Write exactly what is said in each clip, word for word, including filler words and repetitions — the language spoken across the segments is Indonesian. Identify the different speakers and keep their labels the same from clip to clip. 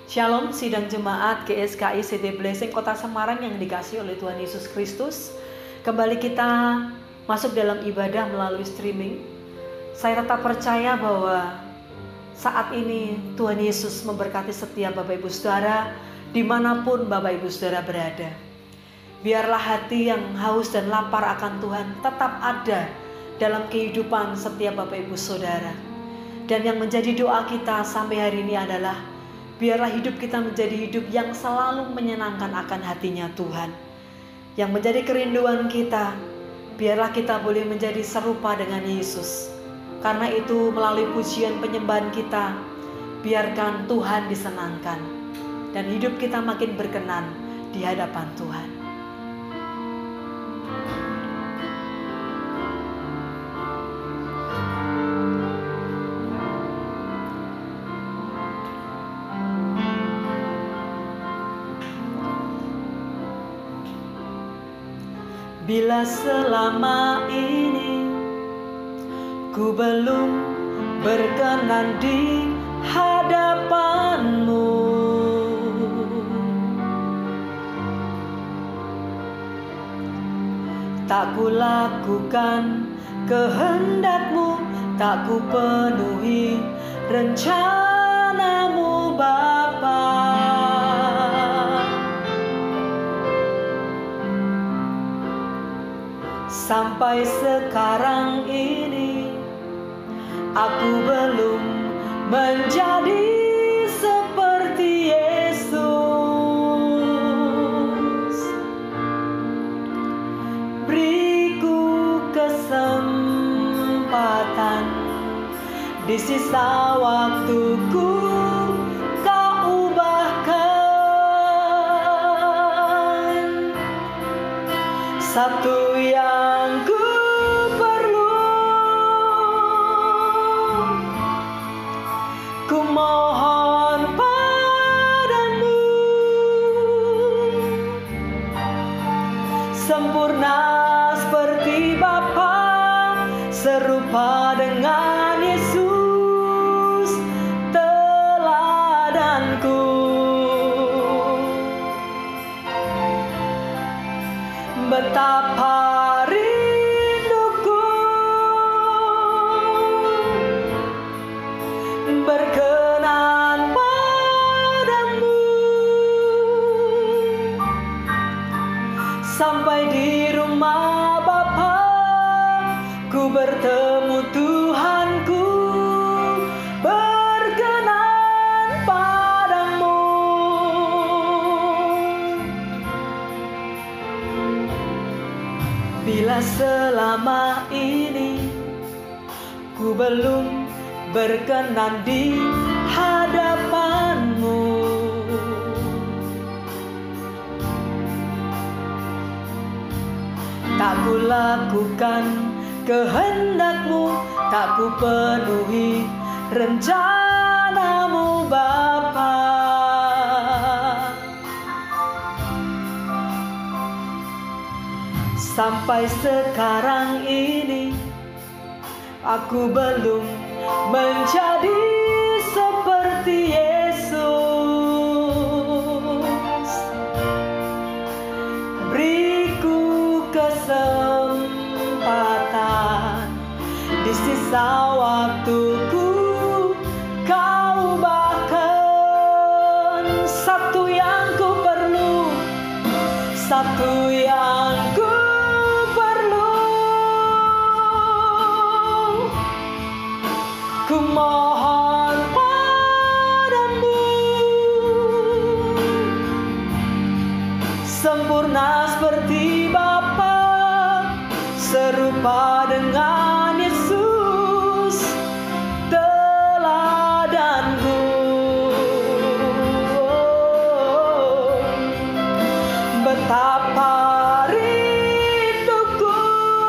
Speaker 1: Shalom sidang jemaat G S K I City Blessing Kota Semarang yang dikasihi oleh Tuhan Yesus Kristus. Kembali kita masuk dalam ibadah melalui streaming. Saya tetap percaya bahwa saat ini Tuhan Yesus memberkati setiap Bapak Ibu Saudara dimanapun Bapak Ibu Saudara berada. Biarlah hati yang haus dan lapar akan Tuhan tetap ada dalam kehidupan setiap Bapak Ibu Saudara. Dan yang menjadi doa kita sampai hari ini adalah biarlah hidup kita menjadi hidup yang selalu menyenangkan akan hatinya Tuhan. Yang menjadi kerinduan kita, biarlah kita boleh menjadi serupa dengan Yesus. Karena itu melalui pujian penyembahan kita, biarkan Tuhan disenangkan. Dan hidup kita makin berkenan di hadapan Tuhan. Bila selama ini ku belum berkenan di hadapanmu, tak ku lakukan kehendakmu, tak ku penuhi rencanamu Bapa. Sampai sekarang ini aku belum menjadi seperti Yesus. Beriku kesempatan di sisa waktuku, kau ubahkan satu yang ku perlu. Ku mohon padamu, sempurna seperti Bapa, serupa dengan Yesus teladanku. Betapa rinduku berkenan padamu, sampai di rumah Bapa ku bertemu Tuhanku, berkenan padamu. Bila selama ini ku belum berkenan di hadapanmu, tak ku lakukan kehendakmu, tak ku penuhi rencanamu Bapa. Sampai sekarang ini aku belum menjadi seperti Yesus. Beriku kesempatan di sisa waktuku, kau bahkan satu yang ku perlu, satu yang ku ku mohon padamu, sempurna seperti Bapa, serupa dengan Yesus teladanku. Betapa rinduku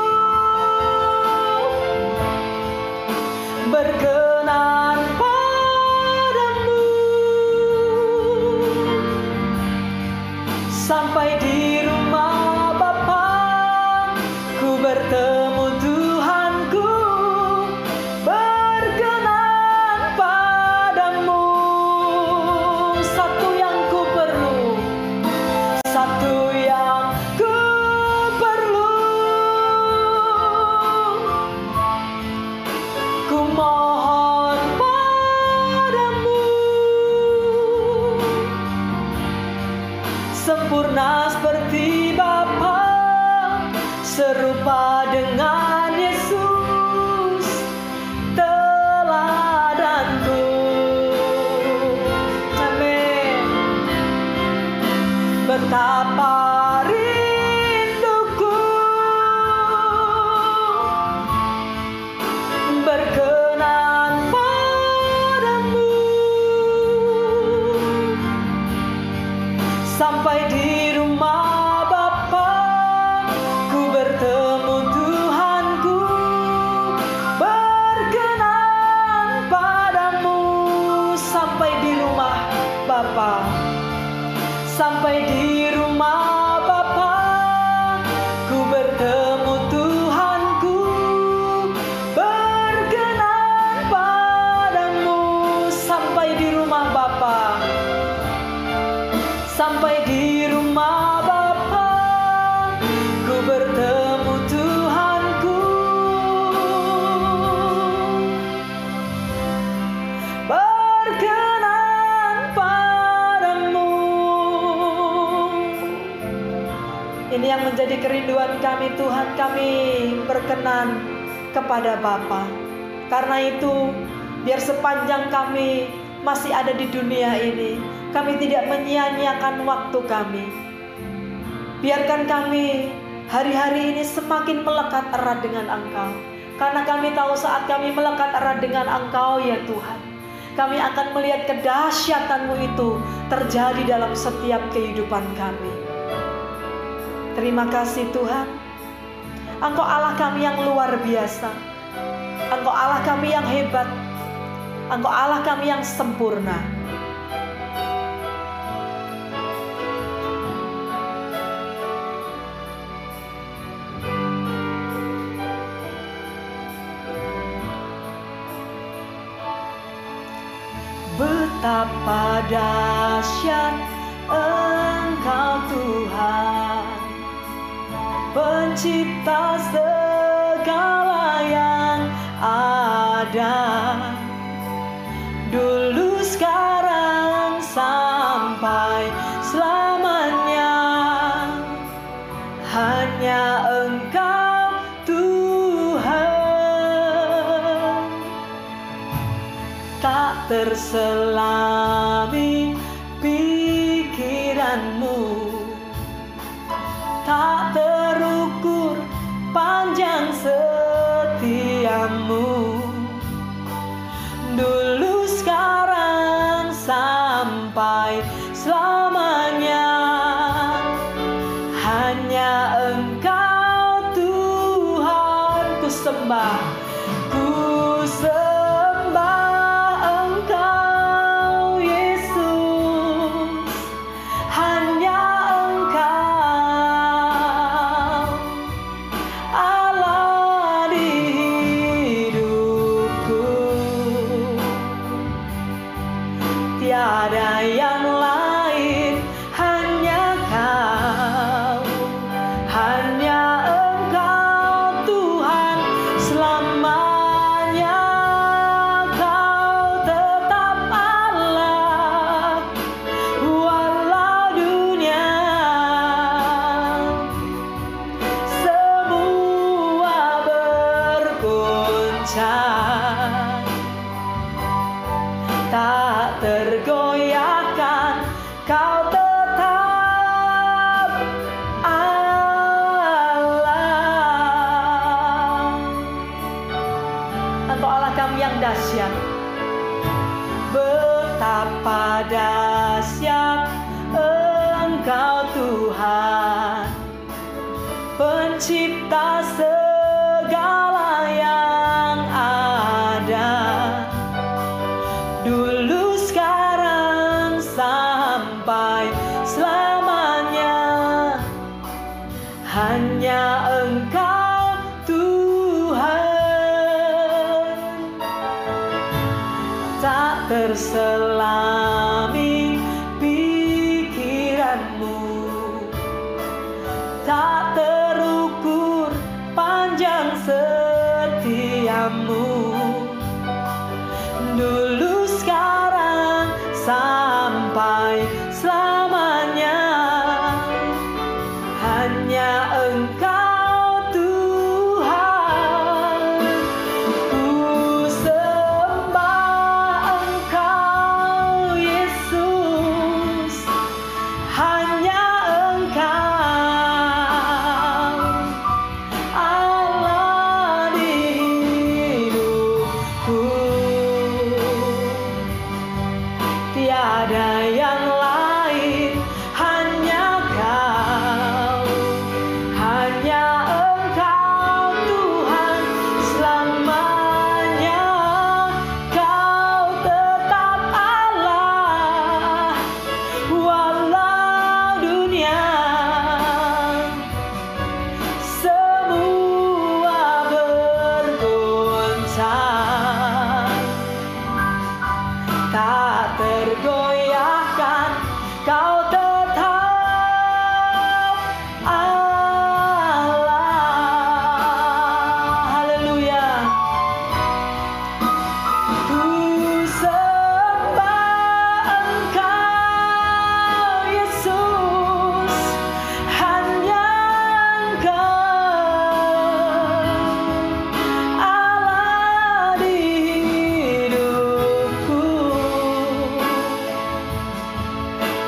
Speaker 1: berkenan padamu, sampai di rumah Bapa ku bertemu Tuhanku, berkenan padamu. Satu betapa rinduku berkenan padamu. Sampai di rumah Bapa ku bertemu Tuhanku, berkenan padamu. Sampai di rumah Bapa, sampai di rumah Bapa ku bertemu Tuhanku, berkenan padamu. Sampai di rumah Bapa, sampai di rumah Bapa ku bertemu Tuhanku, berkenan padamu. Ini yang menjadi kerinduan kami Tuhan, kami berkenan kepada Bapa. Karena itu biar sepanjang kami masih ada di dunia ini, kami tidak menyia-nyiakan waktu kami. Biarkan kami hari-hari ini semakin melekat erat dengan Engkau. Karena kami tahu saat kami melekat erat dengan Engkau ya Tuhan, kami akan melihat kedahsyatan-Mu itu terjadi dalam setiap kehidupan kami. Terima kasih Tuhan. Engkau Allah kami yang luar biasa. Engkau Allah kami yang hebat. Engkau Allah kami yang sempurna. Betapa dahsyat Engkau Tuhan, pencipta segala yang ada, dulu sekarang sampai selamanya. Hanya Engkau Tuhan, tak terselami pikiran-Mu, tak terukur panjang setia-Mu, dulu sekarang sampai selamanya. Hanya Engkau Tuhan ku sembah, ku sembah Engkau Yesus. Hanya Engkau Allah di hidupku, tiada yang lain, hanya Kau, hanya Engkau Tuhan selamanya. Kau tetap Allah walau dunia semua bergoncang, tak tergoyahkan. Kau tetap Allah. Engkau Allah kami yang dahsyat. Betapa dahsyat Engkau Tuhan, pencipta segala yang ada, dulu sekarang sampai selamanya. Hanya Engkau Tuhan, tak terselami pikiran-Mu, tak terukur panjang setia-Mu, dulu sekarang sampai selamanya. Hanya Engkau Tuhan, ku sembah Engkau Yesus. Hanya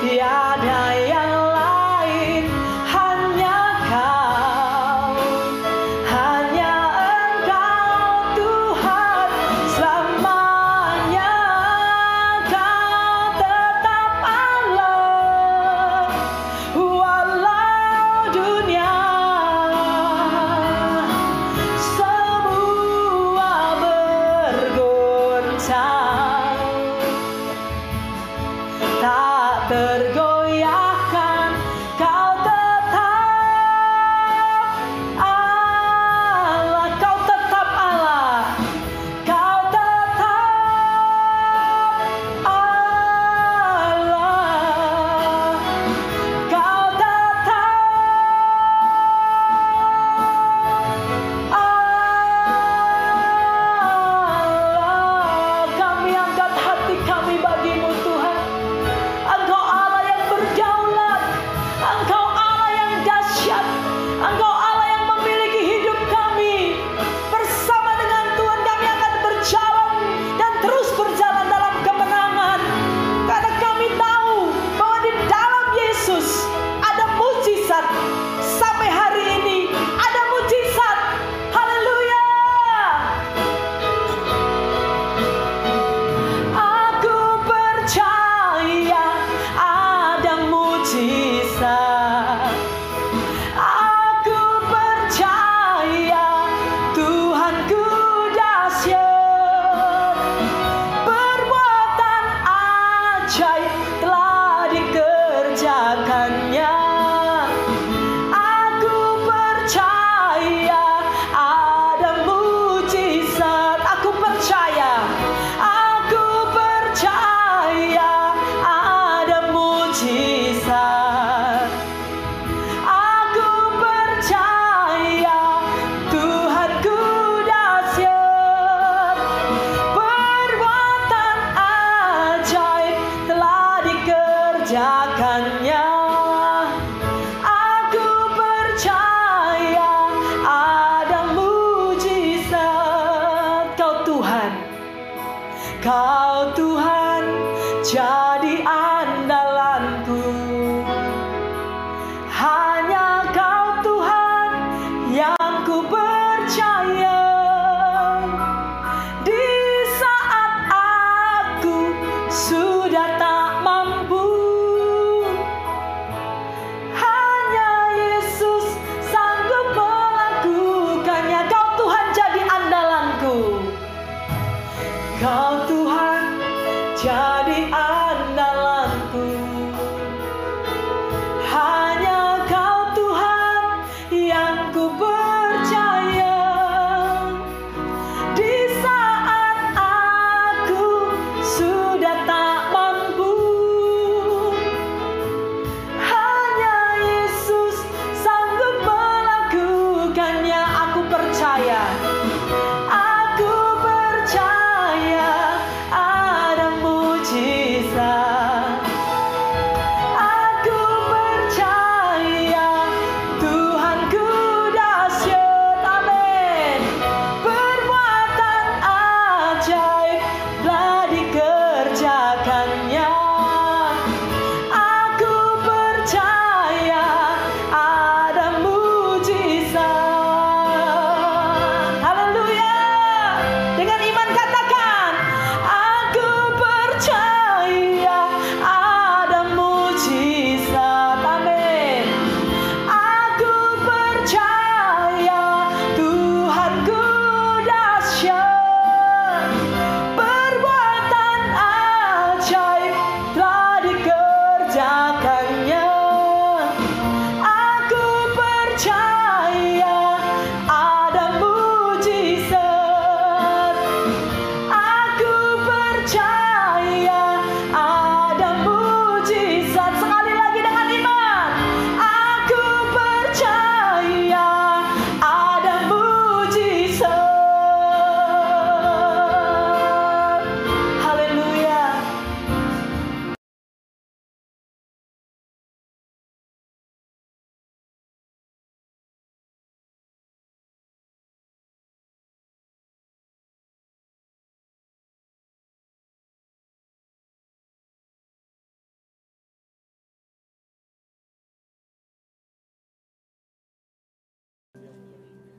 Speaker 1: tiada yang lain, hanya Kau, hanya Engkau Tuhan selamanya. Kau tetap Allah, walau dunia semua bergoncang, tak tergoyahkan. Kau tetap Allah, Kau tetap Allah, Kau tetap Allah, Kau tetap Allah. Kami angkat hati kami bagi-Mu Tuhan. Engkau Allah yang berdaulat, Engkau Allah yang dahsyat, Engkau Allah yang memiliki hidup kami. Bersama dengan Tuhan kami akan berjalan dan terus berjalan dalam kemenangan, karena kami tahu bahwa di dalam Yesus ada mujizat. Sampai hari ini ada mujizat. Haleluya. Aku percaya ada mujizat. Aku percaya Tuhanku dahsyat. Perbuatan ajaib telah dikerjakannya. Aku percaya ada mujizat. Aku percaya, aku percaya ada mujizat. Aku percaya Tuhanku dahsyat. Perbuatan ajaib telah dikerjakannya. Aku percaya ada mujizat. Kau Tuhan, Kau Tuhan jadi andalanku. Hanya Kau Tuhan yang ku percaya. Di saat aku sudah tak mampu,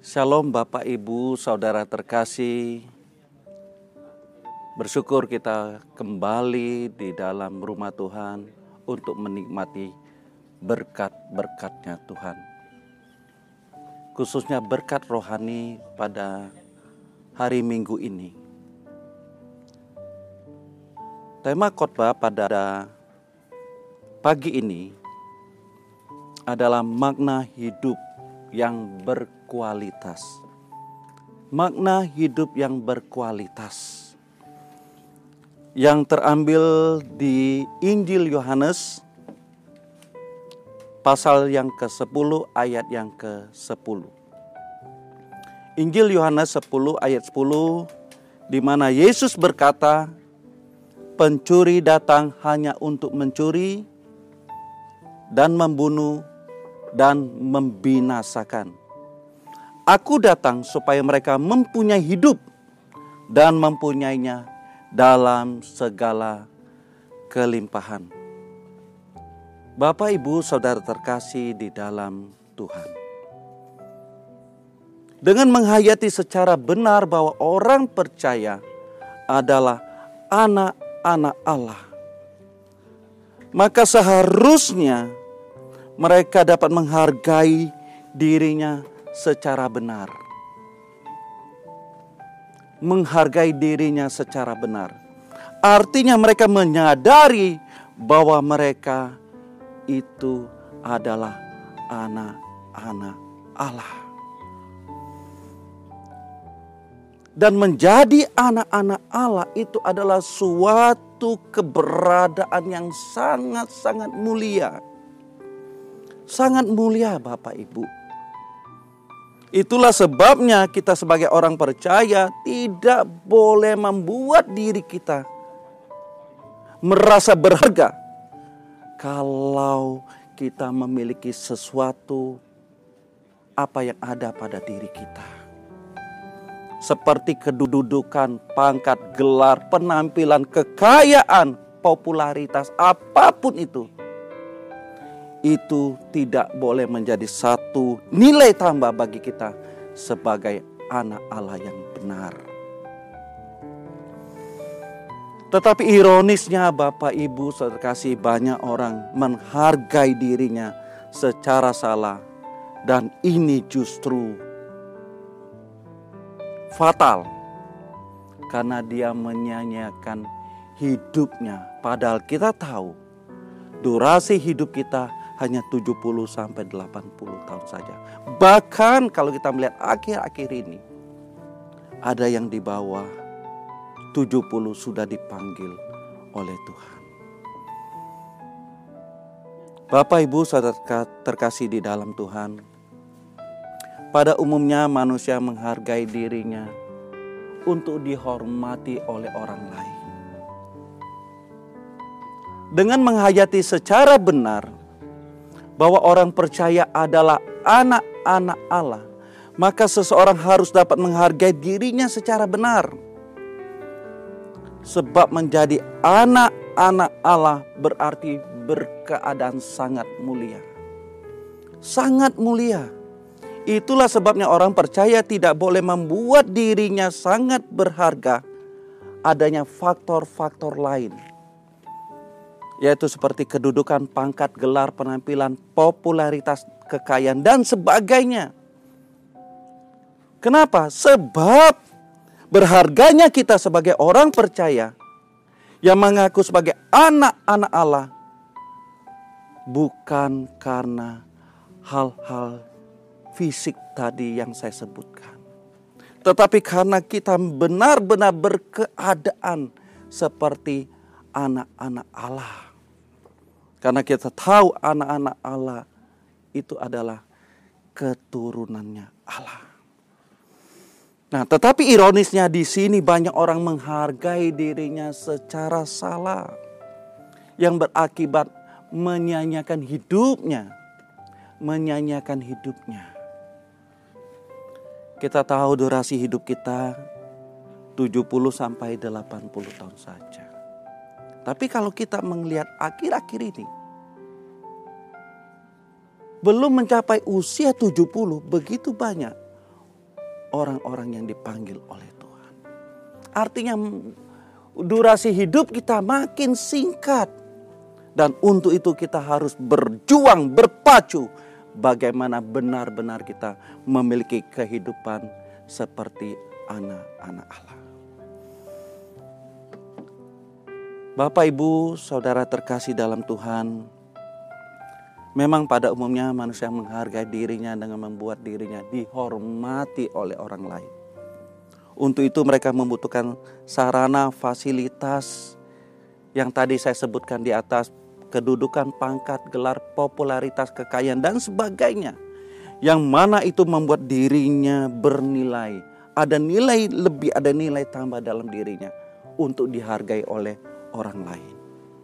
Speaker 2: Shalom Bapak Ibu Saudara terkasih. Bersyukur kita kembali di dalam rumah Tuhan untuk menikmati berkat-berkatnya Tuhan. Khususnya berkat rohani pada hari Minggu ini. Tema khotbah pada pagi ini adalah makna hidup yang berkualitas. Makna hidup yang berkualitas. Yang terambil di Injil Yohanes pasal yang kesepuluh ayat yang kesepuluh. Injil Yohanes sepuluh ayat sepuluh, di mana Yesus berkata, pencuri datang hanya untuk mencuri dan membunuh dan membinasakan. Aku datang supaya mereka mempunyai hidup dan mempunyainya dalam segala kelimpahan. Bapak, Ibu, Saudara terkasih di dalam Tuhan. Dengan menghayati secara benar bahwa orang percaya adalah anak-anak Allah, maka seharusnya mereka dapat menghargai dirinya secara benar. Menghargai dirinya secara benar. Artinya mereka menyadari bahwa mereka itu adalah anak-anak Allah. Dan menjadi anak-anak Allah itu adalah suatu keberadaan yang sangat-sangat mulia. Sangat mulia Bapak Ibu. Itulah sebabnya kita sebagai orang percaya tidak boleh membuat diri kita merasa berharga kalau kita memiliki sesuatu apa yang ada pada diri kita. Seperti kedudukan, pangkat, gelar, penampilan, kekayaan, popularitas, apapun itu. Itu tidak boleh menjadi satu nilai tambah bagi kita sebagai anak Allah yang benar. Tetapi ironisnya Bapak Ibu Saudara kasih, banyak orang menghargai dirinya secara salah. Dan ini justru fatal. Karena dia menyanyiakan hidupnya. Padahal kita tahu durasi hidup kita hanya tujuh puluh sampai delapan puluh tahun saja. Bahkan kalau kita melihat akhir-akhir ini, ada yang di bawah tujuh puluh sudah dipanggil oleh Tuhan. Bapak Ibu Saudara terkasih di dalam Tuhan, pada umumnya manusia menghargai dirinya untuk dihormati oleh orang lain. Dengan menghayati secara benar bahwa orang percaya adalah anak-anak Allah, maka seseorang harus dapat menghargai dirinya secara benar. Sebab menjadi anak-anak Allah berarti berkeadaan sangat mulia. Sangat mulia. Itulah sebabnya orang percaya tidak boleh membuat dirinya sangat berharga. Adanya faktor-faktor lain, yaitu seperti kedudukan, pangkat, gelar, penampilan, popularitas, kekayaan, dan sebagainya. Kenapa? Sebab berharganya kita sebagai orang percaya yang mengaku sebagai anak-anak Allah bukan karena hal-hal fisik tadi yang saya sebutkan, tetapi karena kita benar-benar berkeadaan seperti anak-anak Allah. Karena kita tahu anak-anak Allah itu adalah keturunannya Allah. Nah, tetapi ironisnya di sini banyak orang menghargai dirinya secara salah, yang berakibat menyanyiakan hidupnya, menyanyiakan hidupnya. Kita tahu durasi hidup kita tujuh puluh sampai delapan puluh tahun saja. Tapi kalau kita melihat akhir-akhir ini, belum mencapai usia tujuh puluh, begitu banyak orang-orang yang dipanggil oleh Tuhan. Artinya durasi hidup kita makin singkat. Dan untuk itu kita harus berjuang, berpacu. Bagaimana benar-benar kita memiliki kehidupan seperti anak-anak Allah. Bapak, Ibu, Saudara terkasih dalam Tuhan. Memang pada umumnya manusia menghargai dirinya dengan membuat dirinya dihormati oleh orang lain. Untuk itu mereka membutuhkan sarana, fasilitas yang tadi saya sebutkan di atas. Kedudukan, pangkat, gelar, popularitas, kekayaan, dan sebagainya. Yang mana itu membuat dirinya bernilai. Ada nilai lebih, ada nilai tambah dalam dirinya. Untuk dihargai oleh orang lain.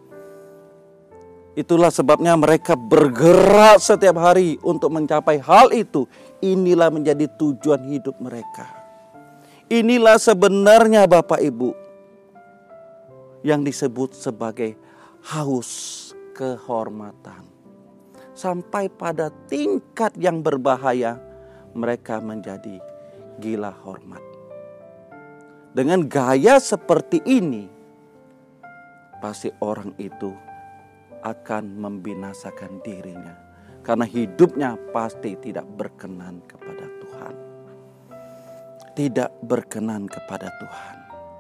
Speaker 2: Itulah sebabnya mereka bergerak setiap hari untuk mencapai hal itu. Inilah menjadi tujuan hidup mereka. Inilah sebenarnya Bapak Ibu yang disebut sebagai haus kehormatan. Sampai pada tingkat yang berbahaya mereka menjadi gila hormat. Dengan gaya seperti ini pasti orang itu akan membinasakan dirinya. Karena hidupnya pasti tidak berkenan kepada Tuhan. Tidak berkenan kepada Tuhan.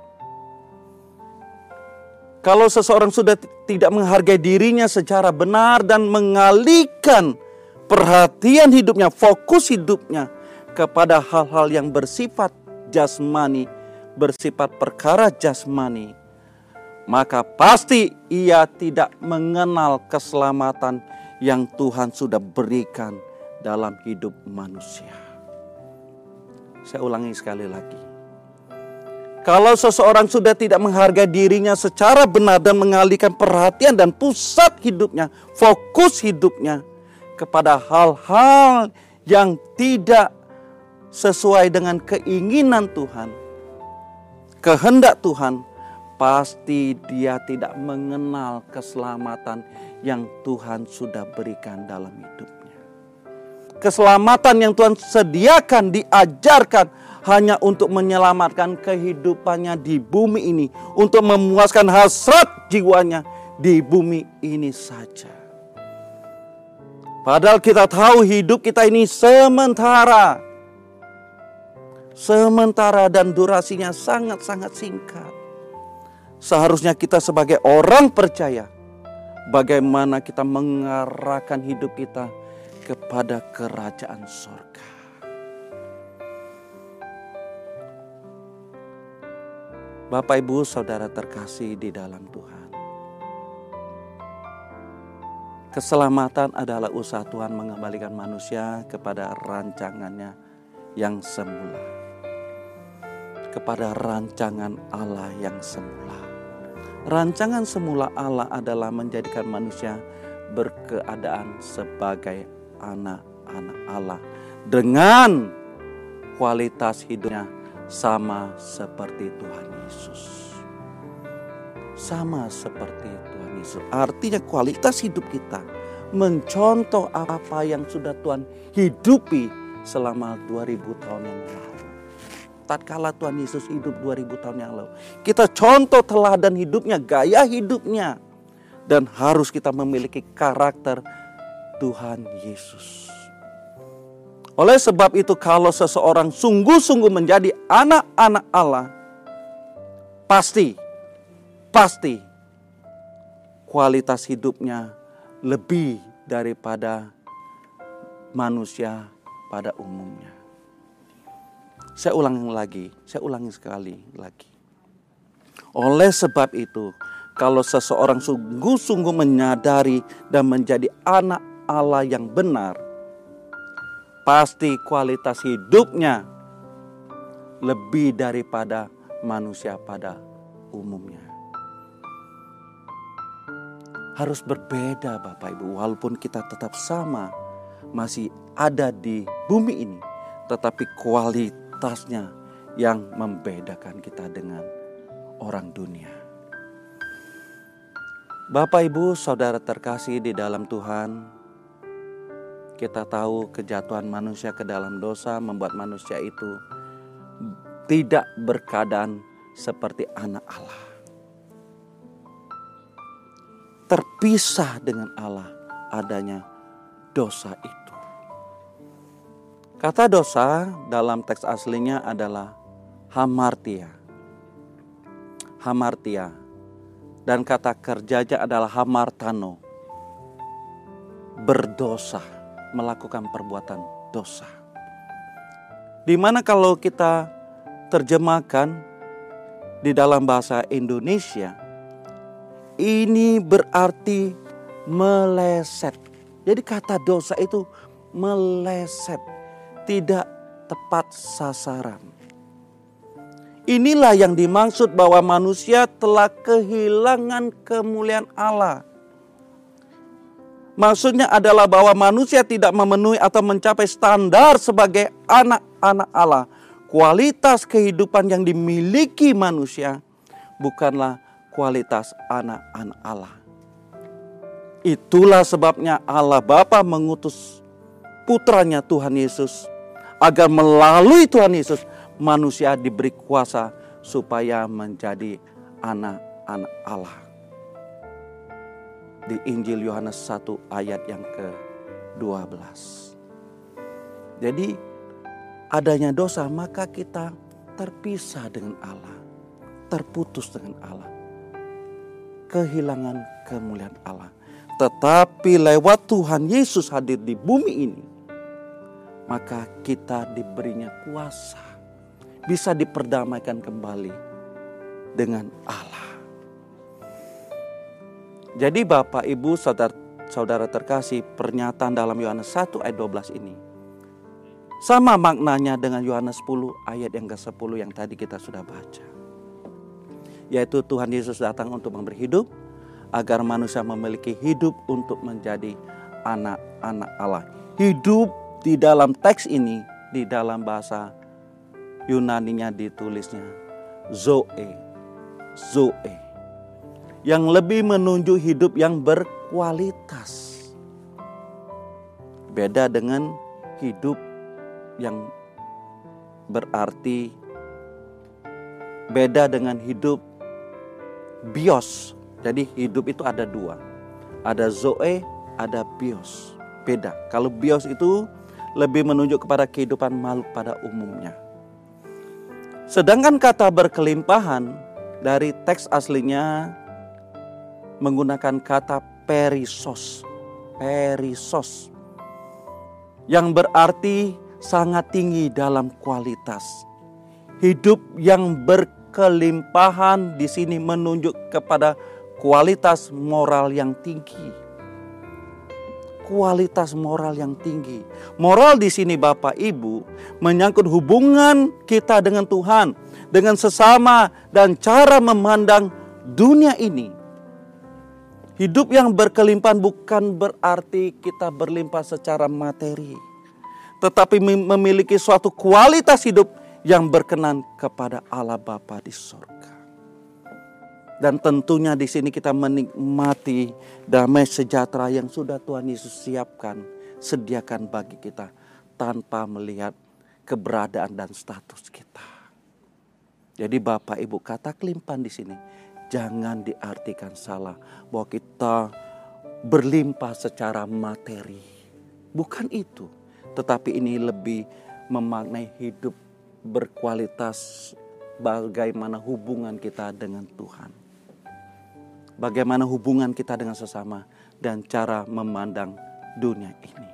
Speaker 2: Kalau seseorang sudah tidak menghargai dirinya secara benar dan mengalihkan perhatian hidupnya, fokus hidupnya kepada hal-hal yang bersifat jasmani, bersifat perkara jasmani, maka pasti ia tidak mengenal keselamatan yang Tuhan sudah berikan dalam hidup manusia. Saya ulangi sekali lagi. Kalau seseorang sudah tidak menghargai dirinya secara benar dan mengalihkan perhatian dan pusat hidupnya, fokus hidupnya kepada hal-hal yang tidak sesuai dengan keinginan Tuhan, kehendak Tuhan, pasti dia tidak mengenal keselamatan yang Tuhan sudah berikan dalam hidupnya. Keselamatan yang Tuhan sediakan, diajarkan hanya untuk menyelamatkan kehidupannya di bumi ini. Untuk memuaskan hasrat jiwanya di bumi ini saja. Padahal kita tahu hidup kita ini sementara. Sementara dan durasinya sangat-sangat singkat. Seharusnya kita sebagai orang percaya, bagaimana kita mengarahkan hidup kita kepada kerajaan surga. Bapak, Ibu, Saudara terkasih di dalam Tuhan. Keselamatan adalah usaha Tuhan mengembalikan manusia kepada rancangannya yang semula. Kepada rancangan Allah yang semula. Rancangan semula Allah adalah menjadikan manusia berkeadaan sebagai anak-anak Allah. Dengan kualitas hidupnya sama seperti Tuhan Yesus. Sama seperti Tuhan Yesus. Artinya kualitas hidup kita mencontoh apa yang sudah Tuhan hidupi selama dua ribu tahun yang lalu. Tatkala Tuhan Yesus hidup dua ribu tahun yang lalu, kita contoh teladan hidupnya, gaya hidupnya. Dan harus kita memiliki karakter Tuhan Yesus. Oleh sebab itu, kalau seseorang sungguh-sungguh menjadi anak-anak Allah, pasti, pasti kualitas hidupnya lebih daripada manusia pada umumnya. Saya ulangi lagi, saya ulangi sekali lagi. Oleh sebab itu, kalau seseorang sungguh-sungguh menyadari dan menjadi anak Allah yang benar, pasti kualitas hidupnya lebih daripada manusia pada umumnya. Harus berbeda Bapak Ibu, walaupun kita tetap sama, masih ada di bumi ini, tetapi kualitasnya yang membedakan kita dengan orang dunia. Bapak Ibu Saudara terkasih di dalam Tuhan, kita tahu kejatuhan manusia ke dalam dosa membuat manusia itu tidak berkeadaan seperti anak Allah. Terpisah dengan Allah adanya dosa itu. Kata dosa dalam teks aslinya adalah hamartia. Hamartia. Dan kata kerjanya adalah hamartano. Berdosa, melakukan perbuatan dosa. Dimana kalau kita terjemahkan di dalam bahasa Indonesia, ini berarti meleset. Jadi kata dosa itu meleset, tidak tepat sasaran. Inilah yang dimaksud bahwa manusia telah kehilangan kemuliaan Allah. Maksudnya adalah bahwa manusia tidak memenuhi atau mencapai standar sebagai anak-anak Allah. Kualitas kehidupan yang dimiliki manusia bukanlah kualitas anak-anak Allah. Itulah sebabnya Allah Bapa mengutus putranya Tuhan Yesus, agar melalui Tuhan Yesus manusia diberi kuasa supaya menjadi anak-anak Allah. Di Injil Yohanes satu ayat yang ke dua belas. Jadi adanya dosa maka kita terpisah dengan Allah, terputus dengan Allah, kehilangan kemuliaan Allah. Tetapi lewat Tuhan Yesus hadir di bumi ini, maka kita diberinya kuasa, bisa diperdamaikan kembali dengan Allah. Jadi Bapak, Ibu, saudara, saudara terkasih, pernyataan dalam Yohanes satu ayat dua belas ini sama maknanya dengan Yohanes sepuluh ayat yang ke sepuluh yang tadi kita sudah baca. Yaitu Tuhan Yesus datang untuk memberi hidup, agar manusia memiliki hidup untuk menjadi anak-anak Allah. Hidup di dalam teks ini, di dalam bahasa Yunaninya ditulisnya zoe, zoe. Yang lebih menunjuk hidup yang berkualitas. Beda dengan hidup yang berarti, beda dengan hidup bios. Jadi hidup itu ada dua. Ada zoe, ada bios. Beda. Kalau bios itu lebih menunjuk kepada kehidupan makhluk pada umumnya. Sedangkan kata berkelimpahan dari teks aslinya menggunakan kata perisos. Perisos. Yang berarti sangat tinggi dalam kualitas. Hidup yang berkelimpahan di sini menunjuk kepada kualitas moral yang tinggi. Kualitas moral yang tinggi. Moral di sini Bapak Ibu menyangkut hubungan kita dengan Tuhan, dengan sesama, dan cara memandang dunia ini. Hidup yang berkelimpahan bukan berarti kita berlimpah secara materi, tetapi memiliki suatu kualitas hidup yang berkenan kepada Allah Bapa di surga. Dan tentunya di sini kita menikmati damai sejahtera yang sudah Tuhan Yesus siapkan, sediakan bagi kita tanpa melihat keberadaan dan status kita. Jadi Bapak Ibu, kata kelimpahan di sini jangan diartikan salah bahwa kita berlimpah secara materi. Bukan itu, tetapi ini lebih memaknai hidup berkualitas, bagaimana hubungan kita dengan Tuhan. Bagaimana hubungan kita dengan sesama dan cara memandang dunia ini.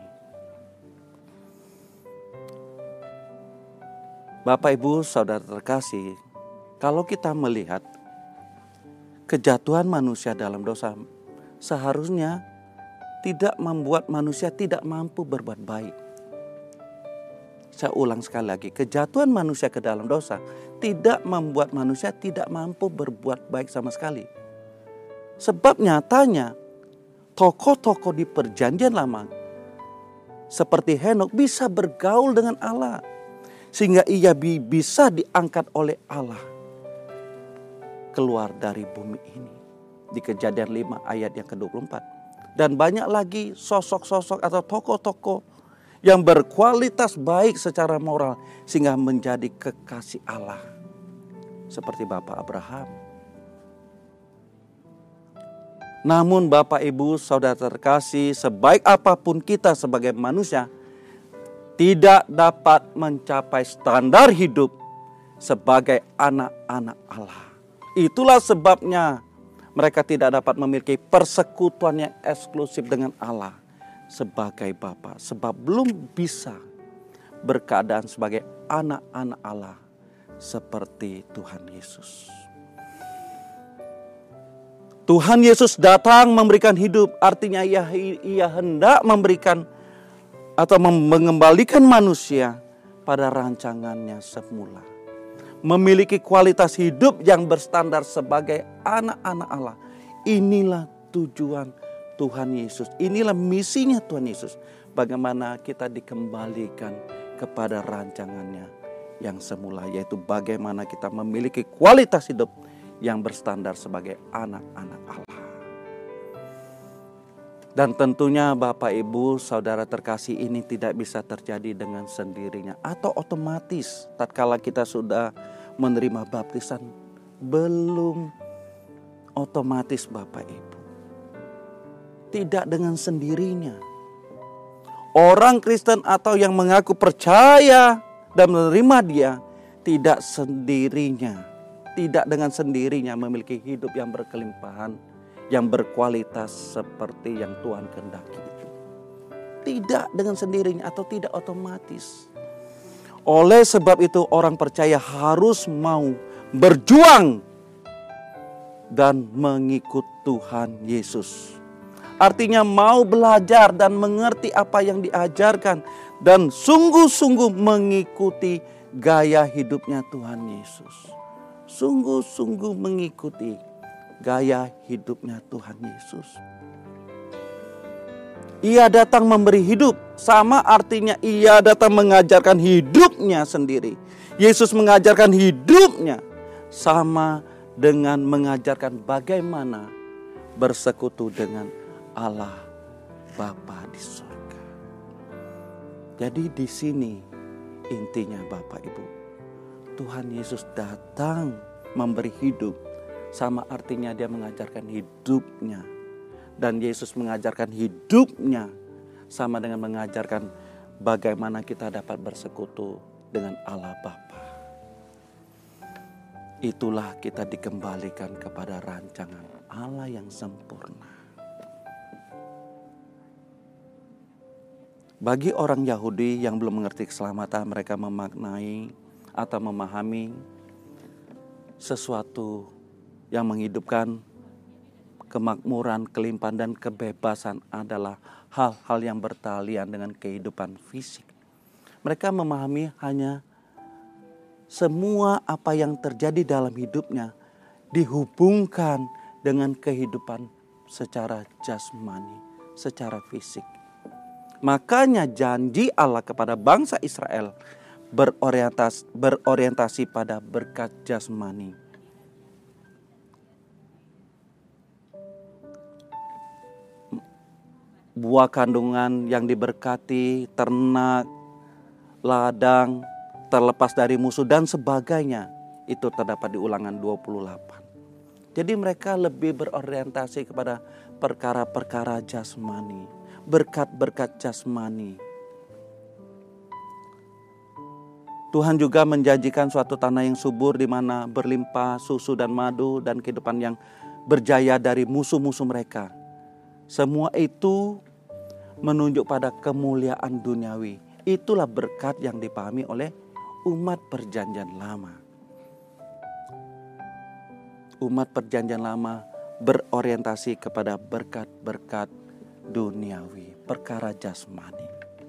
Speaker 2: Bapak Ibu Saudara terkasih, kalau kita melihat kejatuhan manusia dalam dosa seharusnya tidak membuat manusia tidak mampu berbuat baik. Saya ulang sekali lagi, kejatuhan manusia ke dalam dosa tidak membuat manusia tidak mampu berbuat baik sama sekali. Sebab nyatanya tokoh-tokoh di perjanjian lama seperti Henokh bisa bergaul dengan Allah, sehingga ia bisa diangkat oleh Allah keluar dari bumi ini. Di Kejadian lima ayat yang ke dua puluh empat. Dan banyak lagi sosok-sosok atau tokoh-tokoh yang berkualitas baik secara moral sehingga menjadi kekasih Allah. Seperti Bapak Abraham. Namun Bapak Ibu Saudara terkasih, sebaik apapun kita sebagai manusia tidak dapat mencapai standar hidup sebagai anak-anak Allah. Itulah sebabnya mereka tidak dapat memiliki persekutuan yang eksklusif dengan Allah sebagai Bapa, sebab belum bisa berkeadaan sebagai anak-anak Allah seperti Tuhan Yesus. Tuhan Yesus datang memberikan hidup, artinya ia, ia hendak memberikan atau mengembalikan manusia pada rancangannya semula. Memiliki kualitas hidup yang berstandar sebagai anak-anak Allah. Inilah tujuan Tuhan Yesus. Inilah misinya Tuhan Yesus. Bagaimana kita dikembalikan kepada rancangannya yang semula. Yaitu bagaimana kita memiliki kualitas hidup yang berstandar sebagai anak-anak Allah. Dan tentunya Bapak Ibu Saudara terkasih, ini tidak bisa terjadi dengan sendirinya atau otomatis tatkala kita sudah menerima baptisan. Belum otomatis Bapak Ibu. Tidak dengan sendirinya. Orang Kristen atau yang mengaku percaya dan menerima Dia tidak sendirinya. Tidak dengan sendirinya memiliki hidup yang berkelimpahan, yang berkualitas seperti yang Tuhan kehendaki itu. Tidak dengan sendirinya atau tidak otomatis. Oleh sebab itu orang percaya harus mau berjuang dan mengikut Tuhan Yesus. Artinya mau belajar dan mengerti apa yang diajarkan dan sungguh-sungguh mengikuti gaya hidupnya Tuhan Yesus. Sungguh-sungguh mengikuti gaya hidupnya Tuhan Yesus. Ia datang memberi hidup, sama artinya ia datang mengajarkan hidupnya sendiri. Yesus mengajarkan hidupnya sama dengan mengajarkan bagaimana bersekutu dengan Allah Bapa di surga. Jadi di sini intinya Bapak Ibu, Tuhan Yesus datang memberi hidup, sama artinya Dia mengajarkan hidupnya. Dan Yesus mengajarkan hidupnya sama dengan mengajarkan bagaimana kita dapat bersekutu dengan Allah Bapa. Itulah kita dikembalikan kepada rancangan Allah yang sempurna. Bagi orang Yahudi yang belum mengerti keselamatan, mereka memaknai atau memahami sesuatu yang menghidupkan kemakmuran, kelimpahan, dan kebebasan adalah hal-hal yang bertalian dengan kehidupan fisik. Mereka memahami hanya semua apa yang terjadi dalam hidupnya dihubungkan dengan kehidupan secara jasmani, secara fisik. Makanya janji Allah kepada bangsa Israel berorientasi, berorientasi pada berkat jasmani. Buah kandungan yang diberkati, ternak, ladang, terlepas dari musuh dan sebagainya. Itu terdapat di Ulangan dua puluh delapan. Jadi mereka lebih berorientasi kepada perkara-perkara jasmani, berkat-berkat jasmani. Tuhan juga menjanjikan suatu tanah yang subur di mana berlimpah susu dan madu dan kehidupan yang berjaya dari musuh-musuh mereka. Semua itu menunjuk pada kemuliaan duniawi. Itulah berkat yang dipahami oleh umat perjanjian lama. Umat perjanjian lama berorientasi kepada berkat-berkat duniawi, perkara jasmani.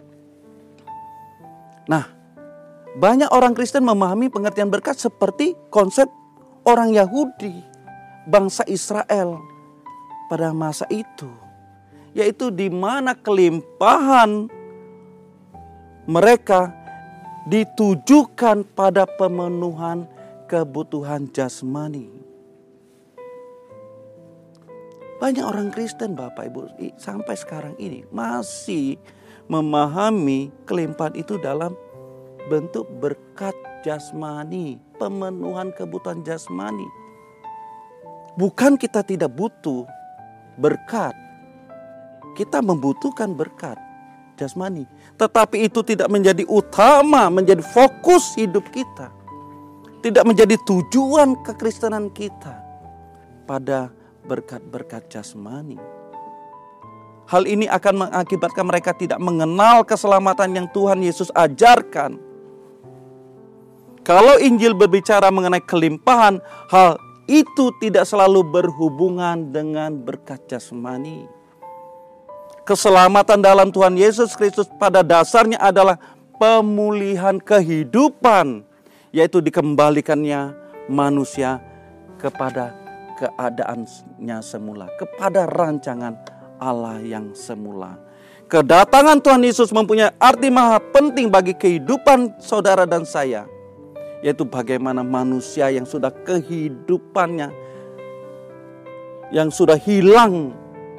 Speaker 2: Nah, banyak orang Kristen memahami pengertian berkat seperti konsep orang Yahudi, bangsa Israel pada masa itu. Yaitu di mana kelimpahan mereka ditujukan pada pemenuhan kebutuhan jasmani. Banyak orang Kristen Bapak Ibu sampai sekarang ini masih memahami kelimpahan itu dalam bentuk berkat jasmani, pemenuhan kebutuhan jasmani. Bukan kita tidak butuh berkat. Kita membutuhkan berkat jasmani. Tetapi itu tidak menjadi utama, menjadi fokus hidup kita. Tidak menjadi tujuan kekristenan kita pada berkat-berkat jasmani. Hal ini akan mengakibatkan mereka tidak mengenal keselamatan yang Tuhan Yesus ajarkan. Kalau Injil berbicara mengenai kelimpahan, hal itu tidak selalu berhubungan dengan berkat jasmani. Keselamatan dalam Tuhan Yesus Kristus pada dasarnya adalah pemulihan kehidupan, yaitu dikembalikannya manusia kepada keadaannya semula, kepada rancangan Allah yang semula. Kedatangan Tuhan Yesus mempunyai arti maha penting bagi kehidupan saudara dan saya, yaitu bagaimana manusia yang sudah kehidupannya, yang sudah hilang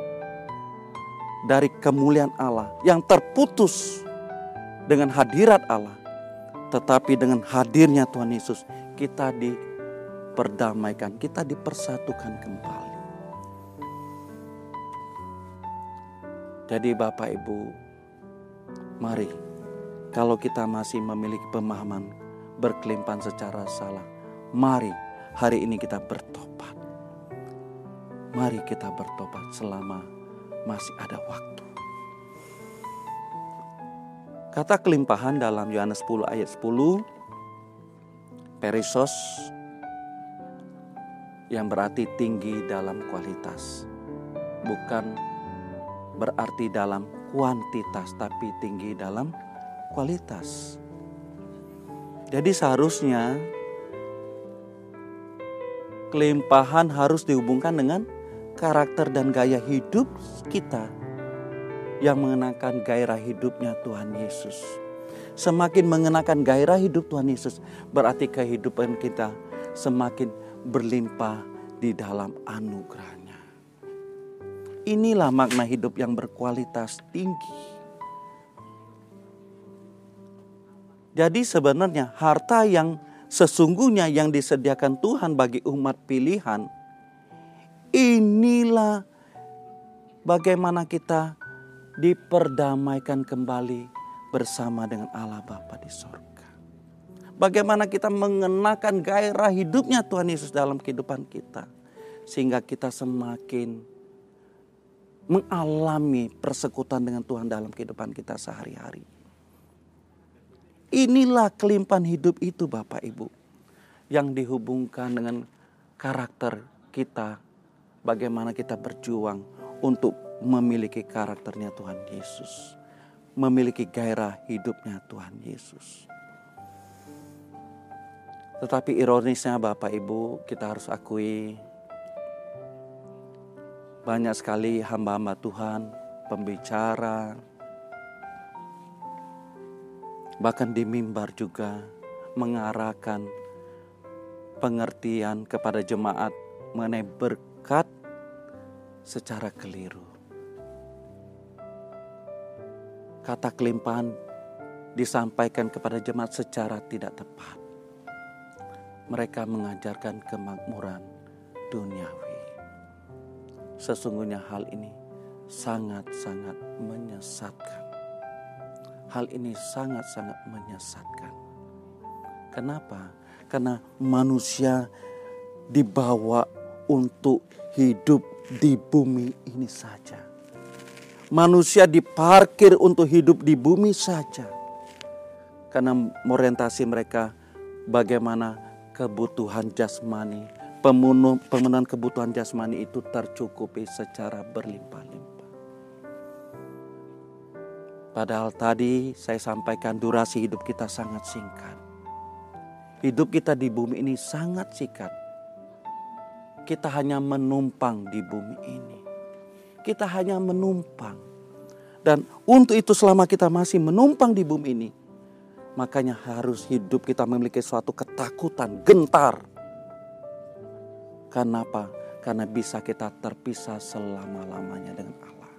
Speaker 2: dari kemuliaan Allah, yang terputus dengan hadirat Allah. Tetapi dengan hadirnya Tuhan Yesus, kita diperdamaikan, kita dipersatukan kembali. Jadi Bapak Ibu, mari kalau kita masih memiliki pemahaman berkelimpahan secara salah, mari hari ini kita bertobat. Mari kita bertobat selama masih ada waktu. Kata kelimpahan dalam Yohanes sepuluh ayat sepuluh, perisos, yang berarti tinggi dalam kualitas. Bukan berarti dalam kuantitas, tapi tinggi dalam kualitas. Jadi seharusnya kelimpahan harus dihubungkan dengan karakter dan gaya hidup kita yang mengenakan gairah hidupnya Tuhan Yesus. Semakin mengenakan gairah hidup Tuhan Yesus, berarti kehidupan kita semakin berlimpah di dalam anugerahnya. Inilah makna hidup yang berkualitas tinggi. Jadi sebenarnya harta yang sesungguhnya yang disediakan Tuhan bagi umat pilihan, inilah bagaimana kita diperdamaikan kembali bersama dengan Allah Bapa di sorga. Bagaimana kita mengenakan gairah hidupnya Tuhan Yesus dalam kehidupan kita. Sehingga kita semakin mengalami persekutuan dengan Tuhan dalam kehidupan kita sehari-hari. Inilah kelimpahan hidup itu Bapak Ibu. Yang dihubungkan dengan karakter kita. Bagaimana kita berjuang untuk memiliki karakternya Tuhan Yesus. Memiliki gairah hidupnya Tuhan Yesus. Tetapi ironisnya Bapak Ibu, kita harus akui banyak sekali hamba-hamba Tuhan, pembicara, bahkan di mimbar juga mengarahkan pengertian kepada jemaat mengenai berkat secara keliru. Kata kelimpahan disampaikan kepada jemaat secara tidak tepat. Mereka mengajarkan kemakmuran duniawi. Sesungguhnya hal ini sangat-sangat menyesatkan. Hal ini sangat-sangat menyesatkan. Kenapa? Karena manusia dibawa untuk hidup di bumi ini saja. Manusia diparkir untuk hidup di bumi saja. Karena orientasi mereka bagaimana kebutuhan jasmani, pemenuh, pemenuhan kebutuhan jasmani itu tercukupi secara berlimpah-limpah. Padahal tadi saya sampaikan durasi hidup kita sangat singkat. Hidup kita di bumi ini sangat singkat. Kita hanya menumpang di bumi ini. Kita hanya menumpang. Dan untuk itu selama kita masih menumpang di bumi ini, makanya harus hidup kita memiliki suatu ketakutan, gentar. Karena apa? karena bisa kita terpisah selama-lamanya dengan Allah.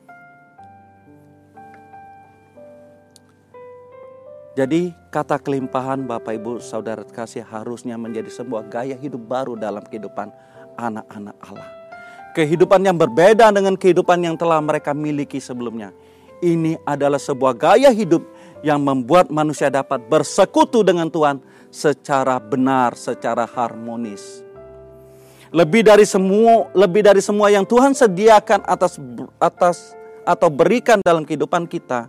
Speaker 2: Jadi kata kelimpahan Bapak Ibu Saudara kasih harusnya menjadi sebuah gaya hidup baru dalam kehidupan anak-anak Allah. Kehidupan yang berbeda dengan kehidupan yang telah mereka miliki sebelumnya. Ini adalah sebuah gaya hidup yang membuat manusia dapat bersekutu dengan Tuhan secara benar, secara harmonis. Lebih dari semua, lebih dari semua yang Tuhan sediakan atas atas atau berikan dalam kehidupan kita,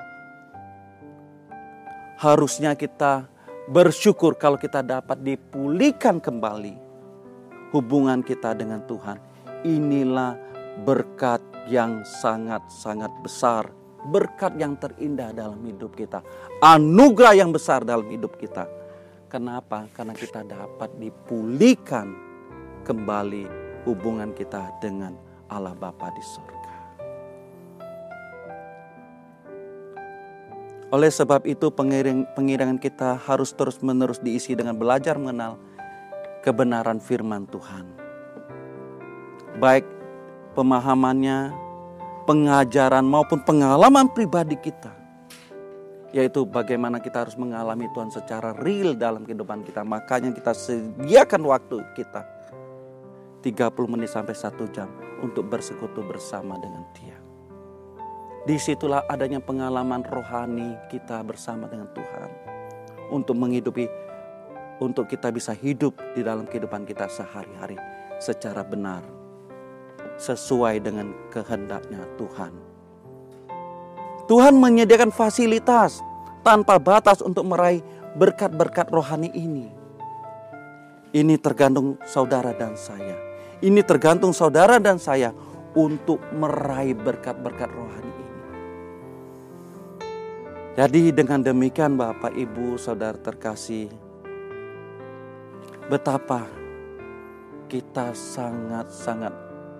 Speaker 2: harusnya kita bersyukur kalau kita dapat dipulihkan kembali hubungan kita dengan Tuhan. Inilah berkat yang sangat-sangat besar, berkat yang terindah dalam hidup kita, anugerah yang besar dalam hidup kita. Kenapa? Karena kita dapat dipulihkan kembali hubungan kita dengan Allah Bapa di surga. Oleh sebab itu pengiring, pengiringan kita harus terus-menerus diisi dengan belajar mengenal kebenaran firman Tuhan. Baik pemahamannya, pengajaran maupun pengalaman pribadi kita. Yaitu bagaimana kita harus mengalami Tuhan secara real dalam kehidupan kita. Makanya kita sediakan waktu kita tiga puluh menit sampai satu jam untuk bersekutu bersama dengan Dia. Disitulah adanya pengalaman rohani kita bersama dengan Tuhan. Untuk menghidupi, untuk kita bisa hidup di dalam kehidupan kita sehari-hari secara benar. Sesuai dengan kehendaknya Tuhan. Tuhan menyediakan fasilitas tanpa batas untuk meraih berkat-berkat rohani ini. Ini tergantung saudara dan saya. Ini tergantung saudara dan saya untuk meraih berkat-berkat rohani ini. Jadi dengan demikian Bapak Ibu Saudara terkasih, betapa kita sangat-sangat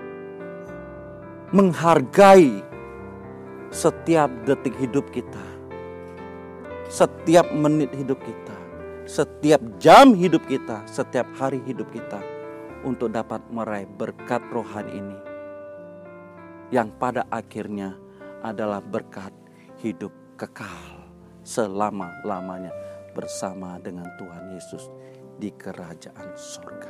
Speaker 2: menghargai setiap detik hidup kita, setiap menit hidup kita, setiap jam hidup kita, setiap hari hidup kita, untuk dapat meraih berkat rohani ini, yang pada akhirnya adalah berkat hidup kekal selama-lamanya bersama dengan Tuhan Yesus di kerajaan sorga.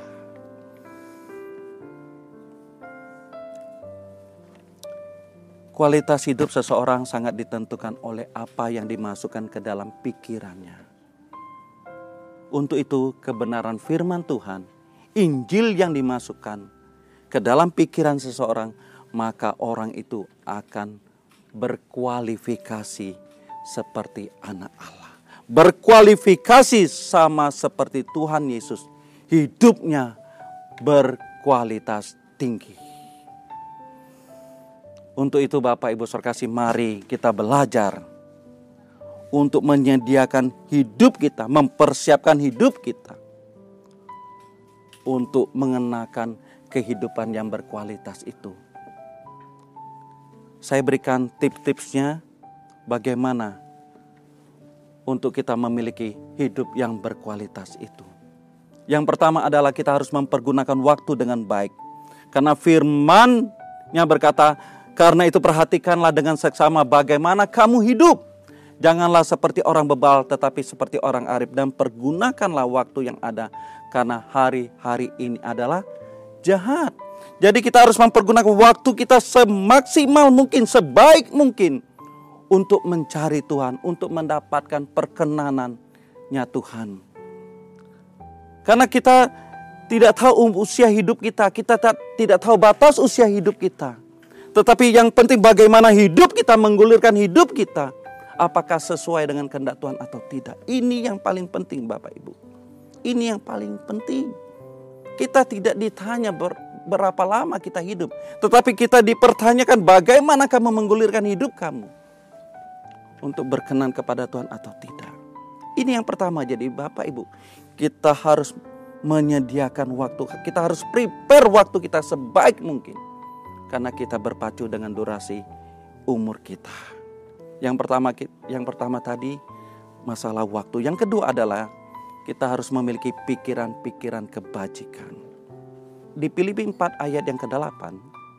Speaker 2: Kualitas hidup seseorang sangat ditentukan oleh apa yang dimasukkan ke dalam pikirannya. Untuk itu kebenaran firman Tuhan, Injil yang dimasukkan ke dalam pikiran seseorang, maka orang itu akan berkualifikasi seperti anak Allah. Berkualifikasi sama seperti Tuhan Yesus. Hidupnya berkualitas tinggi. Untuk itu Bapak Ibu Saudara kasih, mari kita belajar untuk menyediakan hidup kita, mempersiapkan hidup kita untuk mengenakan kehidupan yang berkualitas itu. Saya berikan tips-tipsnya bagaimana untuk kita memiliki hidup yang berkualitas itu. Yang pertama adalah kita harus mempergunakan waktu dengan baik. Karena firman-Nya berkata, karena itu perhatikanlah dengan seksama bagaimana kamu hidup. Janganlah seperti orang bebal tetapi seperti orang arif, dan pergunakanlah waktu yang ada. Karena hari-hari ini adalah jahat. Jadi kita harus mempergunakan waktu kita semaksimal mungkin, sebaik mungkin untuk mencari Tuhan, untuk mendapatkan perkenanannya Tuhan. Karena kita tidak tahu usia hidup kita, kita tidak tahu batas usia hidup kita. Tetapi yang penting bagaimana hidup kita, menggulirkan hidup kita, apakah sesuai dengan kehendak Tuhan atau tidak. Ini yang paling penting Bapak Ibu. Ini yang paling penting. Kita tidak ditanya ber, berapa lama kita hidup, tetapi kita dipertanyakan bagaimana kamu menggulirkan hidup kamu untuk berkenan kepada Tuhan atau tidak. Ini yang pertama. Jadi Bapak Ibu, kita harus menyediakan waktu, kita harus prepare waktu kita sebaik mungkin, karena kita berpacu dengan durasi umur kita. Yang pertama, yang pertama tadi masalah waktu. Yang kedua adalah kita harus memiliki pikiran-pikiran kebajikan. di Filipi empat ayat yang kedelapan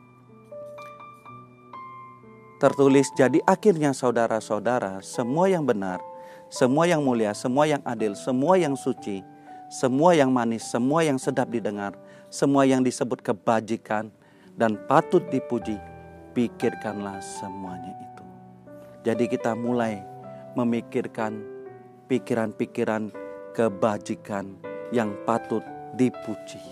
Speaker 2: tertulis, jadi akhirnya saudara-saudara, semua yang benar, semua yang mulia, semua yang adil, semua yang suci, semua yang manis, semua yang sedap didengar, semua yang disebut kebajikan dan patut dipuji, pikirkanlah semuanya itu. Jadi kita mulai memikirkan pikiran-pikiran kebajikan yang patut dipuji.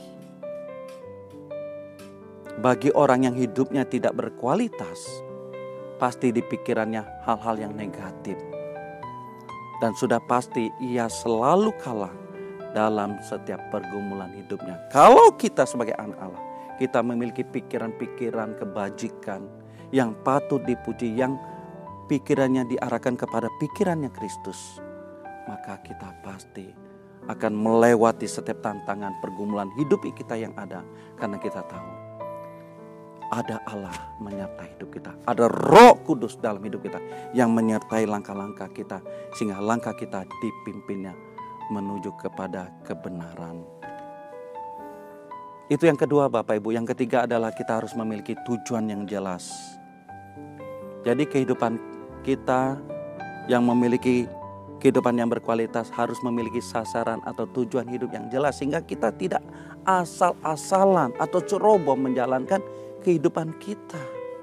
Speaker 2: Bagi orang yang hidupnya tidak berkualitas, pasti di pikirannya hal-hal yang negatif. Dan sudah pasti ia selalu kalah dalam setiap pergumulan hidupnya. Kalau kita sebagai anak Allah, kita memiliki pikiran-pikiran kebajikan yang patut dipuji, yang pikirannya diarahkan kepada pikirannya Kristus, maka kita pasti akan melewati setiap tantangan pergumulan hidup kita yang ada. Karena kita tahu ada Allah menyertai hidup kita. Ada Roh Kudus dalam hidup kita yang menyertai langkah-langkah kita, sehingga langkah kita dipimpinnya menuju kepada kebenaran. Itu yang kedua Bapak Ibu. Yang ketiga adalah kita harus memiliki tujuan yang jelas. Jadi kehidupan kita yang memiliki kehidupan yang berkualitas harus memiliki sasaran atau tujuan hidup yang jelas, sehingga kita tidak asal-asalan atau ceroboh menjalankan kehidupan kita,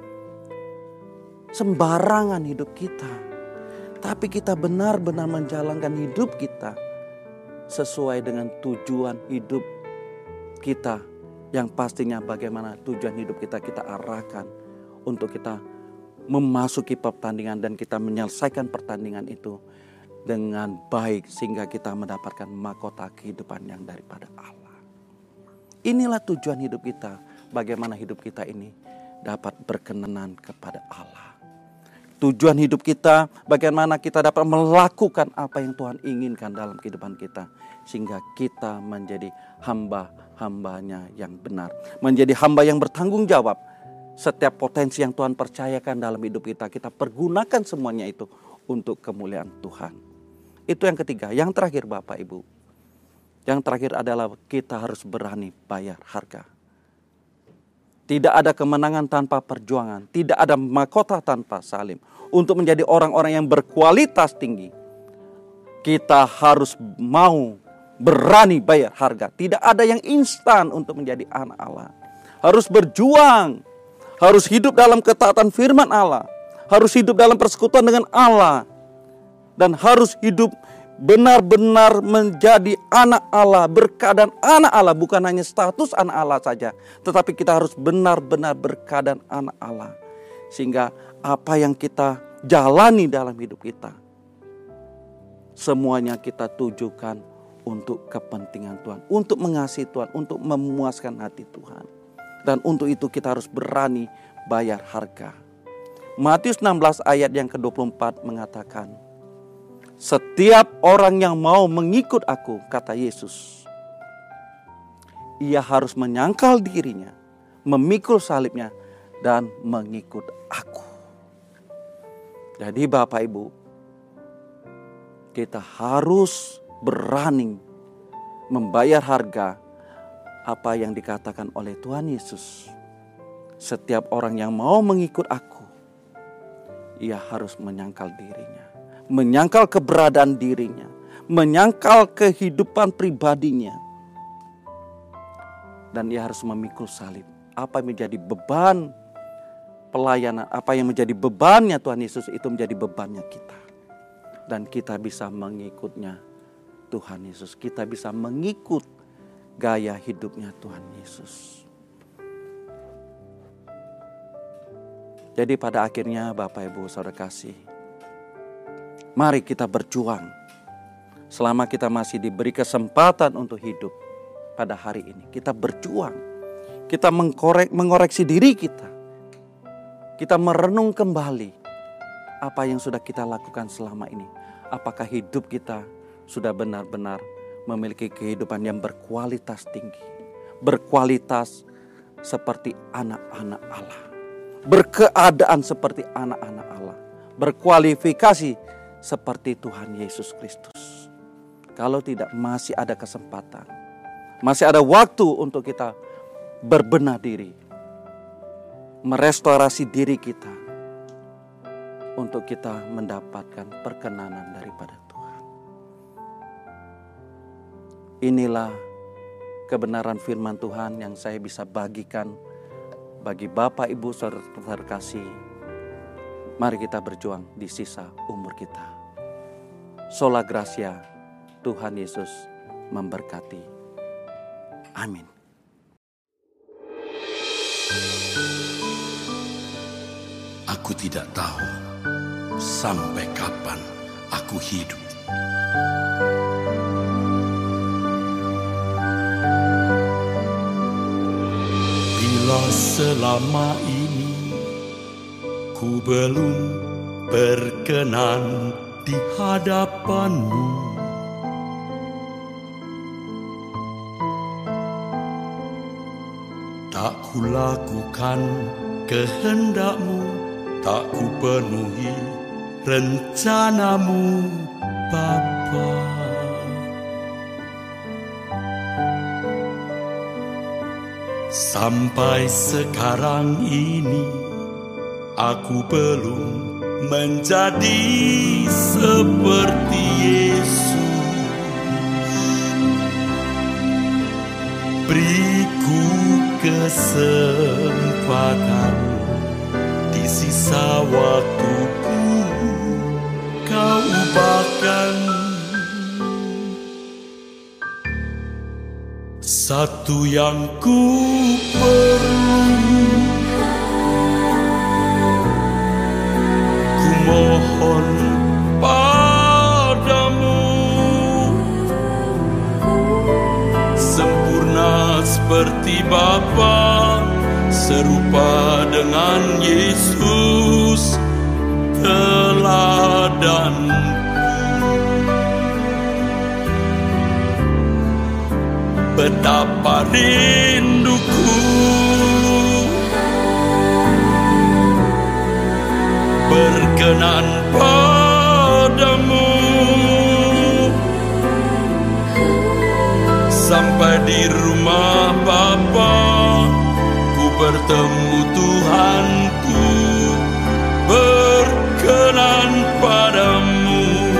Speaker 2: sembarangan hidup kita. Tapi kita benar-benar menjalankan hidup kita sesuai dengan tujuan hidup kita, yang pastinya bagaimana tujuan hidup kita kita arahkan untuk kita memasuki pertandingan dan kita menyelesaikan pertandingan itu dengan baik, sehingga kita mendapatkan mahkota kehidupan yang daripada Allah. Inilah tujuan hidup kita, bagaimana hidup kita ini dapat berkenan kepada Allah. Tujuan hidup kita, bagaimana kita dapat melakukan apa yang Tuhan inginkan dalam kehidupan kita, sehingga kita menjadi hamba-hambanya yang benar, menjadi hamba yang bertanggung jawab. Setiap potensi yang Tuhan percayakan dalam hidup kita, kita pergunakan semuanya itu untuk kemuliaan Tuhan. Itu yang ketiga. Yang terakhir Bapak Ibu, yang terakhir adalah kita harus berani bayar harga. Tidak ada kemenangan tanpa perjuangan, tidak ada mahkota tanpa salib. Untuk menjadi orang-orang yang berkualitas tinggi, kita harus mau berani bayar harga. Tidak ada yang instan untuk menjadi anak Allah. Harus berjuang, harus hidup dalam ketaatan firman Allah, harus hidup dalam persekutuan dengan Allah, dan harus hidup benar-benar menjadi anak Allah, berkeadaan anak Allah, bukan hanya status anak Allah saja, tetapi kita harus benar-benar berkeadaan anak Allah, sehingga apa yang kita jalani dalam hidup kita, semuanya kita tujukan untuk kepentingan Tuhan, untuk mengasihi Tuhan, untuk memuaskan hati Tuhan. Dan untuk itu kita harus berani bayar harga. Matius enam belas ayat yang ke dua puluh empat mengatakan, setiap orang yang mau mengikut aku, kata Yesus, ia harus menyangkal dirinya, memikul salibnya, dan mengikut aku. Jadi Bapak Ibu, kita harus berani membayar harga apa yang dikatakan oleh Tuhan Yesus. Setiap orang yang mau mengikut aku, ia harus menyangkal dirinya, menyangkal keberadaan dirinya, menyangkal kehidupan pribadinya, dan ia harus memikul salib. Apa yang menjadi beban pelayanan, apa yang menjadi bebannya Tuhan Yesus, itu menjadi bebannya kita. Dan kita bisa mengikutnya Tuhan Yesus. Kita bisa mengikut gaya hidupnya Tuhan Yesus. Jadi pada akhirnya Bapak Ibu Saudara kasih, mari kita berjuang. Selama kita masih diberi kesempatan untuk hidup pada hari ini, kita berjuang. Kita mengkorek, mengoreksi diri kita. Kita merenung kembali apa yang sudah kita lakukan selama ini. Apakah hidup kita sudah benar-benar memiliki kehidupan yang berkualitas tinggi, berkualitas seperti anak-anak Allah, berkeadaan seperti anak-anak Allah, berkualifikasi seperti Tuhan Yesus Kristus. Kalau tidak, masih ada kesempatan, masih ada waktu untuk kita berbenah diri, merestorasi diri kita untuk kita mendapatkan perkenanan daripada Tuhan. Inilah kebenaran firman Tuhan yang saya bisa bagikan bagi Bapak, Ibu, Saudara terkasih. Mari kita berjuang di sisa umur kita. Sola Gracia, Tuhan Yesus memberkati. Amin.
Speaker 3: Aku tidak tahu sampai kapan aku hidup. Bila selama ini ku belum berkenan di hadapan-Mu, tak ku lakukan kehendak-Mu, tak ku penuhi rencana-Mu, Bapa. Sampai sekarang ini aku belum menjadi seperti Yesus. Beriku kesempatan di sisa waktuku, Kau ubahkan satu yang ku perlu. Ku mohon padamu, sempurna seperti Bapa, serupa dengan Yesus teladanku. Betapa rinduku berkenan padamu, sampai di rumah Bapa ku bertemu Tuhanku, berkenan padamu.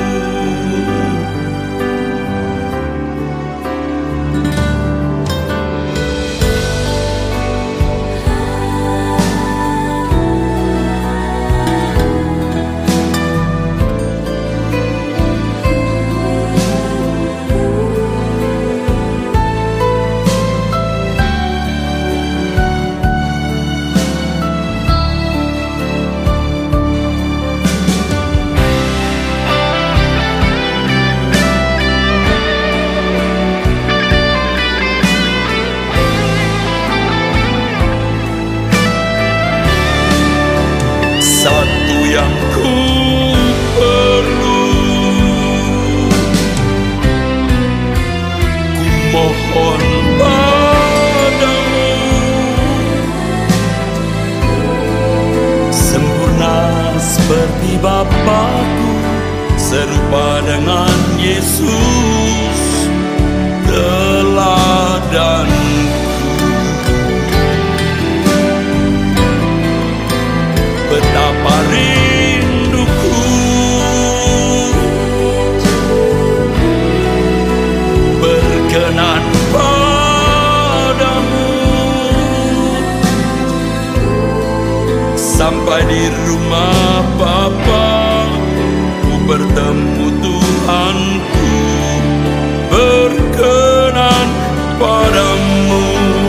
Speaker 3: Satu yang ku perlu, ku mohon padamu, sempurna seperti Bapakku, serupa dengan Yesus teladanku. Betapa rinduku berkenan padamu, sampai di rumah Bapa ku bertemu Tuhanku, berkenan padamu.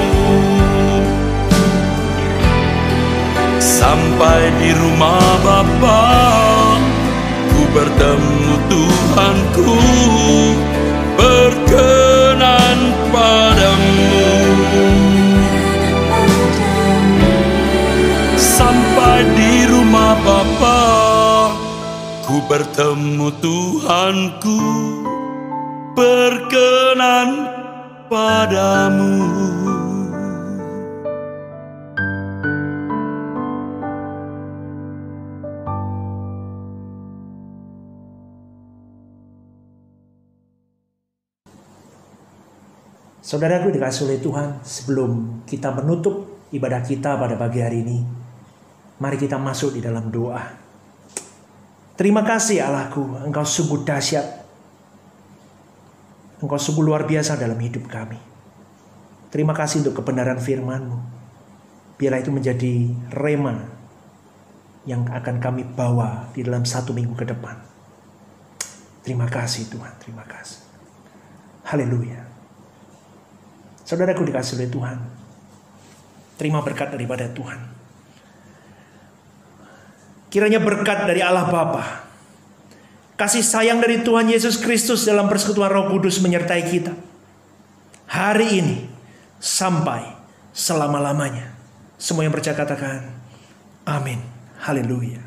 Speaker 3: Sampai di rumah Bapa ku bertemu Tuhanku, berkenan padamu. Sampai di rumah Bapa ku bertemu Tuhanku, berkenan padamu.
Speaker 4: Saudaraku dikasih oleh Tuhan, sebelum kita menutup ibadah kita pada pagi hari ini, mari kita masuk di dalam doa. Terima kasih Allahku, Engkau sungguh dahsyat. Engkau sungguh luar biasa dalam hidup kami. Terima kasih untuk kebenaran firman-Mu. Biarlah itu menjadi rema yang akan kami bawa di dalam satu minggu ke depan. Terima kasih Tuhan, terima kasih. Haleluya. Saudaraku dikasih oleh Tuhan, terima berkat daripada Tuhan. Kiranya berkat dari Allah Bapa, kasih sayang dari Tuhan Yesus Kristus dalam persekutuan Roh Kudus menyertai kita hari ini sampai selama-lamanya. Semua yang percaya katakan amin. Haleluya.